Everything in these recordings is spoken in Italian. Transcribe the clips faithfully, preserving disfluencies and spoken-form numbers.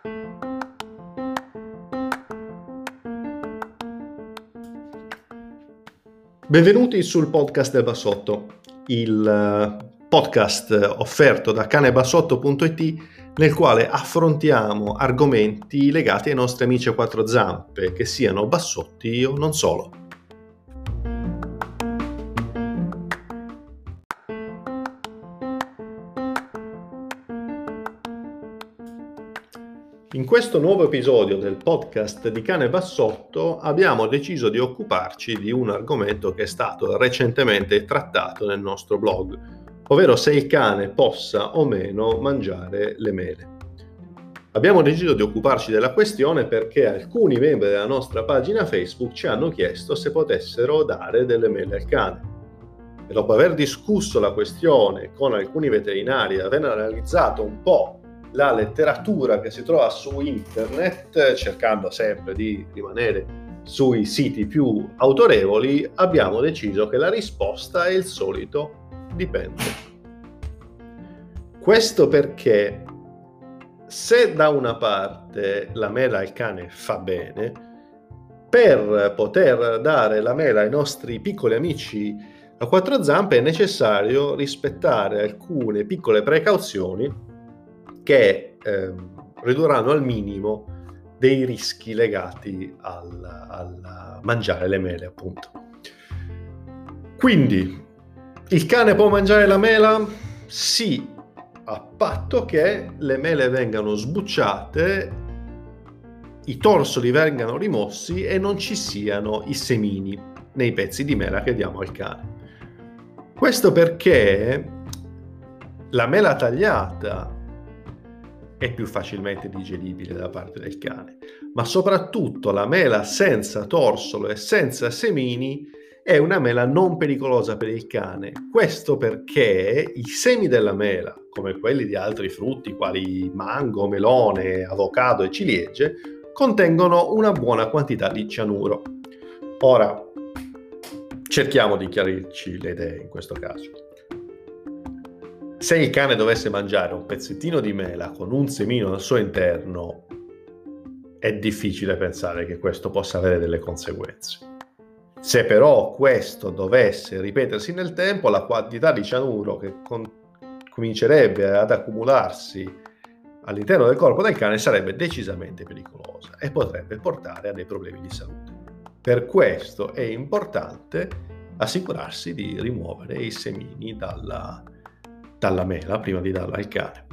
Benvenuti sul podcast del Bassotto, il podcast offerto da cane bassotto punto it nel quale affrontiamo argomenti legati ai nostri amici a quattro zampe, che siano bassotti o non solo. In questo nuovo episodio del podcast di Cane Bassotto abbiamo deciso di occuparci di un argomento che è stato recentemente trattato nel nostro blog, ovvero se il cane possa o meno mangiare le mele. Abbiamo deciso di occuparci della questione perché alcuni membri della nostra pagina Facebook ci hanno chiesto se potessero dare delle mele al cane. E dopo aver discusso la questione con alcuni veterinari e aver analizzato un po' la letteratura che si trova su internet, cercando sempre di rimanere sui siti più autorevoli, abbiamo deciso che la risposta è il solito dipende. Questo perché se da una parte la mela al cane fa bene, per poter dare la mela ai nostri piccoli amici a quattro zampe è necessario rispettare alcune piccole precauzioni che eh, ridurranno al minimo dei rischi legati al, al mangiare le mele, appunto. Quindi, il cane può mangiare la mela? Sì, a patto che le mele vengano sbucciate, i torsoli vengano rimossi e non ci siano i semini nei pezzi di mela che diamo al cane. Questo perché la mela tagliata è più facilmente digeribile da parte del cane, ma soprattutto la mela senza torsolo e senza semini è una mela non pericolosa per il cane. Questo perché i semi della mela, come quelli di altri frutti quali mango, melone, avocado e ciliegie, contengono una buona quantità di cianuro. Ora, cerchiamo di chiarirci le idee in questo caso. Se il cane dovesse mangiare un pezzettino di mela con un semino al suo interno, è difficile pensare che questo possa avere delle conseguenze. Se però questo dovesse ripetersi nel tempo, la quantità di cianuro che con- comincerebbe ad accumularsi all'interno del corpo del cane sarebbe decisamente pericolosa e potrebbe portare a dei problemi di salute. Per questo è importante assicurarsi di rimuovere i semini dalla dalla mela prima di darla al cane.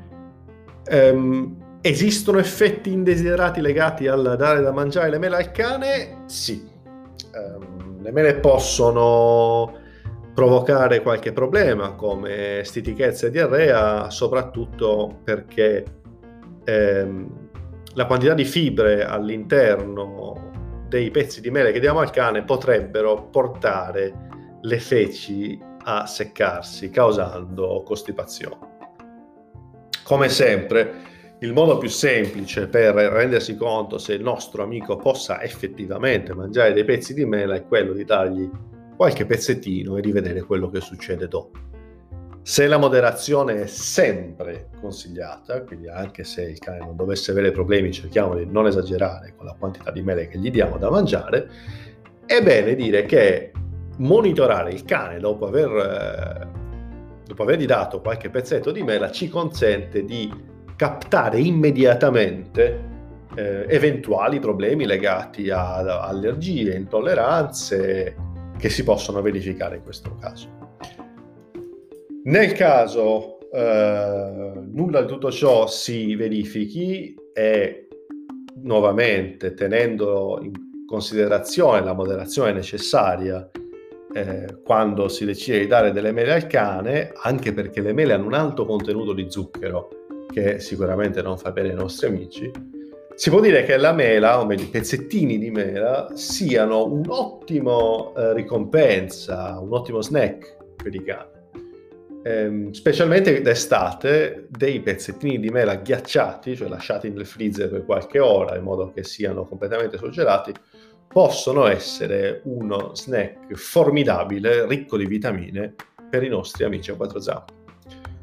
Um, esistono effetti indesiderati legati al dare da mangiare le mele al cane? Sì. Um, le mele possono provocare qualche problema come stitichezza e diarrea, soprattutto perché um, la quantità di fibre all'interno dei pezzi di mele che diamo al cane potrebbero portare le feci a seccarsi, causando costipazione. Come sempre, il modo più semplice per rendersi conto se il nostro amico possa effettivamente mangiare dei pezzi di mela è quello di dargli qualche pezzettino e di vedere quello che succede dopo. Se la moderazione è sempre consigliata, quindi anche se il cane non dovesse avere problemi, cerchiamo di non esagerare con la quantità di mele che gli diamo da mangiare, è bene dire che monitorare il cane dopo aver eh, dopo avergli dato qualche pezzetto di mela ci consente di captare immediatamente eh, eventuali problemi legati a, a allergie, intolleranze che si possono verificare in questo caso. Nel caso eh, nulla di tutto ciò si verifichi e nuovamente tenendo in considerazione la moderazione necessaria Eh, quando si decide di dare delle mele al cane, anche perché le mele hanno un alto contenuto di zucchero che sicuramente non fa bene ai nostri amici, si può dire che la mela, o meglio i pezzettini di mela, siano un'ottima eh, ricompensa, un ottimo snack per i cani. Eh, specialmente d'estate, dei pezzettini di mela ghiacciati, cioè lasciati nel freezer per qualche ora in modo che siano completamente surgelati, possono essere uno snack formidabile, ricco di vitamine per i nostri amici a quattro zampe.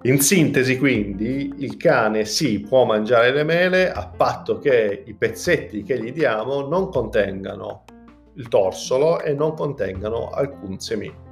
In sintesi, quindi, il cane sì, può mangiare le mele a patto che i pezzetti che gli diamo non contengano il torsolo e non contengano alcun semino.